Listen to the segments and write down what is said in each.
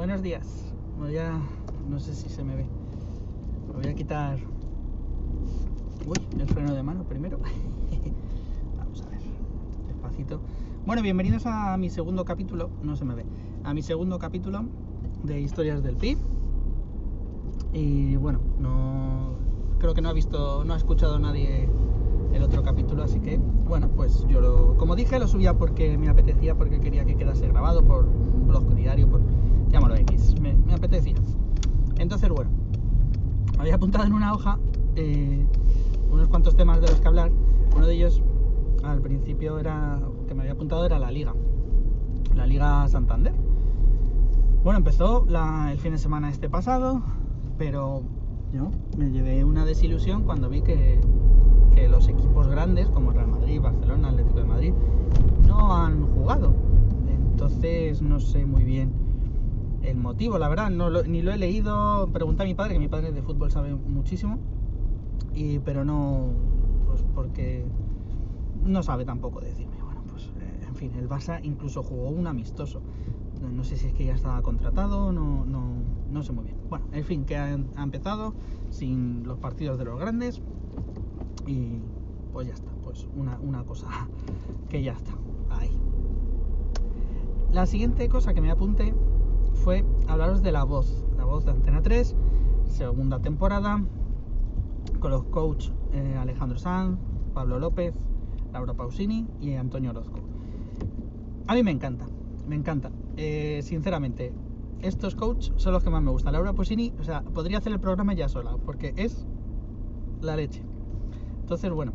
Buenos días. No sé si se me ve. Me voy a quitar el freno de mano primero. Vamos a ver, despacito. Bueno, bienvenidos a mi segundo capítulo. No se me ve. A mi segundo capítulo de Historias del Pi. Y bueno, creo que no ha escuchado nadie el otro capítulo, así que bueno, pues como dije, lo subía porque me apetecía, porque quería que quedase grabado por un blog diario, llámalo X, me apetecía. Entonces, bueno, había apuntado en una hoja unos cuantos temas de los que hablar. Uno de ellos, al principio, que me había apuntado era la Liga Santander. Bueno, empezó el fin de semana este pasado, pero yo me llevé una desilusión cuando vi que los equipos grandes como Real Madrid, Barcelona, Atlético de Madrid no han jugado. Entonces no sé muy bien el motivo, la verdad, ni lo he leído. Pregunté a mi padre, que mi padre de fútbol sabe muchísimo, pero no, pues porque no sabe tampoco decirme. Bueno, pues en fin, el Barça incluso jugó un amistoso. No sé si es que ya estaba contratado, no sé muy bien. Bueno, en fin, que ha empezado sin los partidos de los grandes y pues ya está, pues una cosa que ya está ahí. La siguiente cosa que me apunté fue hablaros de La Voz de Antena 3, segunda temporada, con los coaches Alejandro Sanz, Pablo López, Laura Pausini y Antonio Orozco. A mí me encanta. Sinceramente, estos coaches son los que más me gustan. Laura Pausini, o sea, podría hacer el programa ya sola, porque es la leche. Entonces, bueno,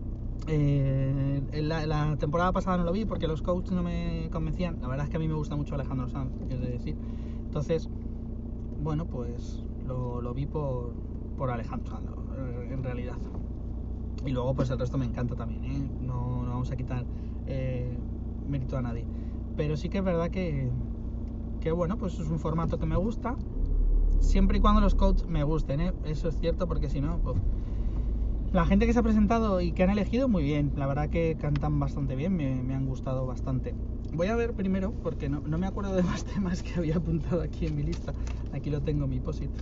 la temporada pasada no lo vi porque los coaches no me convencían. La verdad es que a mí me gusta mucho Alejandro Sanz, es decir. Entonces, bueno, pues lo vi por Alejandro Sanz, en realidad. Y luego, pues el resto me encanta también, ¿eh? No vamos a quitar mérito a nadie. Pero sí que es verdad que bueno, pues es un formato que me gusta, siempre y cuando los coaches me gusten, ¿eh? Eso es cierto, porque si no, pues la gente que se ha presentado y que han elegido, muy bien. La verdad que cantan bastante bien, me han gustado bastante. Voy a ver primero, porque no me acuerdo de más temas que había apuntado aquí en mi lista. Aquí lo tengo, mi post-it.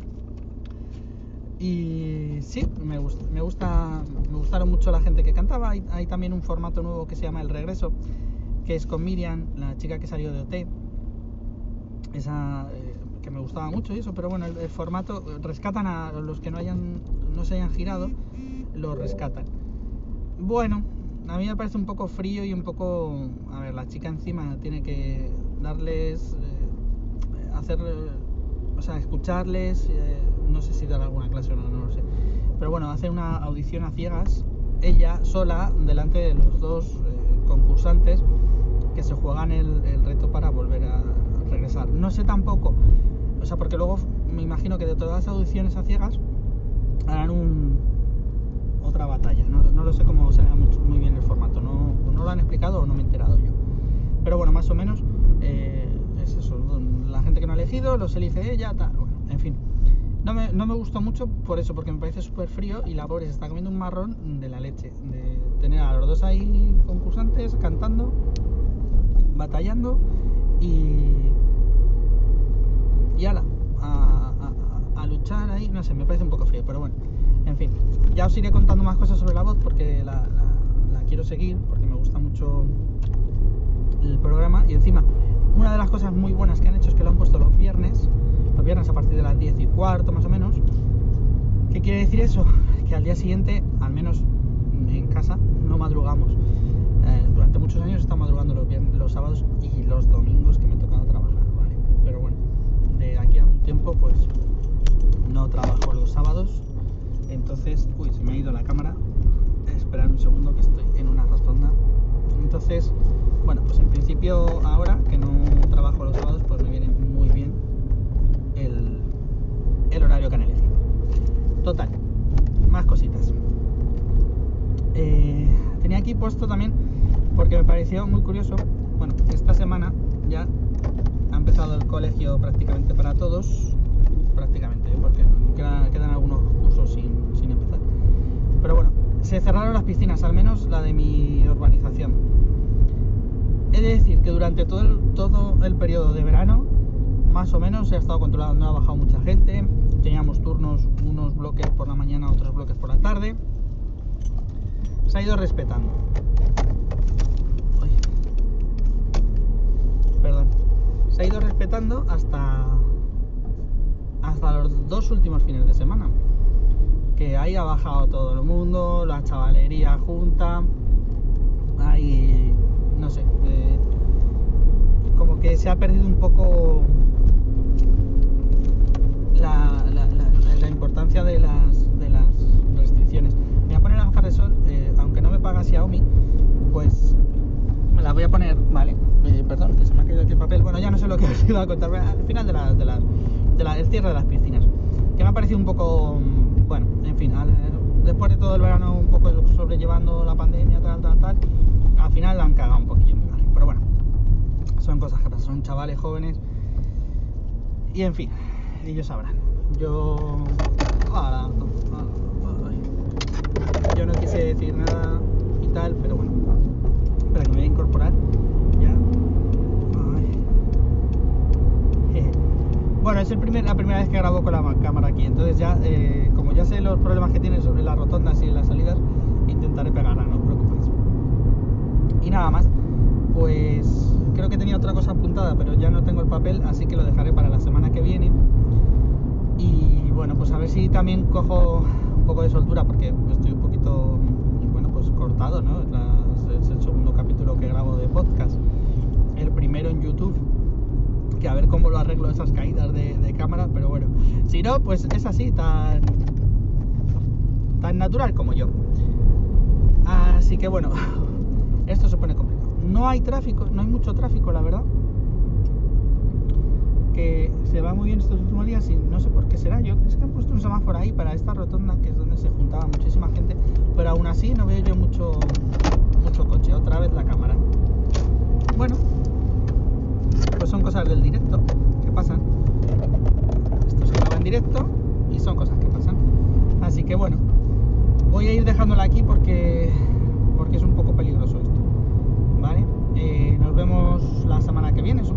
Y sí, me gustaron mucho la gente que cantaba. Hay también un formato nuevo que se llama El Regreso, que es con Miriam, la chica que salió de OT. Esa que me gustaba mucho y eso, pero bueno, el formato, rescatan a los que no se hayan girado, los rescatan. Bueno, a mí me parece un poco frío y un poco, a ver, la chica encima tiene que darles, escucharles, no sé si dar alguna clase o no lo sé, pero bueno, hacer una audición a ciegas, ella sola, delante de los dos concursantes que se juegan el reto para volver a regresar. No sé tampoco, o sea, porque luego me imagino que de todas las audiciones a ciegas harán otra batalla. No lo sé cómo será muy bien el formato, no lo han explicado o no me he enterado yo. Pero bueno, más o menos es eso. La gente que no ha elegido los elige ella, tal. Bueno, en fin. No me gustó mucho por eso, porque me parece súper frío y la pobre se está comiendo un marrón de la leche, de tener a los dos ahí concursantes cantando, batallando y ala, a luchar ahí. No sé, me parece un poco frío, pero bueno, en fin, ya os iré contando más cosas sobre La Voz, porque la quiero seguir, porque me gusta mucho el programa. Y encima, una de las cosas muy buenas que han hecho es que lo han puesto los viernes a partir de las 10:15 más o menos. ¿Qué quiere decir eso? Que al día siguiente, al menos en casa, no madrugamos. Durante muchos años he estado madrugando los sábados y los domingos que me he tocado trabajar, ¿vale? Pero bueno, de aquí a un tiempo pues no trabajo los sábados. Entonces, se me ha ido la cámara. Esperad un segundo, que estoy en una rotonda. Entonces, bueno, pues en principio ahora que no trabajo los sábados, pues me viene muy bien el horario que han elegido. Total, más cositas. Tenía aquí puesto también, porque me pareció muy curioso. Bueno, esta semana ya ha empezado el colegio prácticamente para todos, porque quedan algunos cursos sin empezar. Pero bueno, se cerraron las piscinas, al menos la de mi urbanización. He de decir que durante todo el periodo de verano más o menos se ha estado controlado, no ha bajado mucha gente. Teníamos turnos, unos bloques por la mañana, otros bloques por la tarde. Se ha ido respetando. Uy. Perdón. Se ha ido respetando hasta los 2 últimos fines de semana. Que ahí ha bajado todo el mundo, la chavalería junta. Ahí, no sé, como que se ha perdido un poco la importancia de las restricciones. Me voy a poner las gafas de sol, aunque no me paga Xiaomi, pues me las voy a poner, vale, perdón, que se me ha caído aquí el papel. Bueno, ya no sé lo que os iba a contar al final del cierre de las piscinas, que me ha parecido un poco, bueno, en fin, después de todo el verano un poco sobrellevando la pandemia, tal, al final la han cagado un poquillo, pero bueno, son cosas que pasan, son chavales jóvenes y en fin, ellos sabrán. Yo no quise decir nada y tal, pero bueno, espera que me voy a incorporar ya. Bueno, es la primera vez que grabo con la cámara aquí, entonces ya, como ya sé los problemas que tiene sobre las rotondas y las salidas, intentaré pegarla, no os preocupéis. Y nada más, pues creo que tenía otra cosa apuntada, pero ya no tengo el papel, así que lo dejaré para la semana que viene. Y bueno, pues a ver si también cojo un poco de soltura, porque estoy un poquito, bueno, pues cortado, ¿no? Es el segundo capítulo que grabo de podcast, el primero en YouTube, que a ver cómo lo arreglo esas caídas de cámara, pero bueno, si no, pues es así, tan natural como yo. Así que bueno, esto se pone complicado. No hay tráfico, no hay mucho tráfico, la verdad, que se va muy bien estos últimos días y no sé por qué será. Yo es que han puesto un semáforo ahí para esta rotonda, que es donde se juntaba muchísima gente, pero aún así no veo yo mucho coche. Otra vez la cámara. Bueno, pues son cosas del directo que pasan. Esto se graba en directo y son cosas que pasan. Así que bueno, voy a ir dejándola aquí porque es un poco peligroso esto, ¿vale? Nos vemos la semana que viene.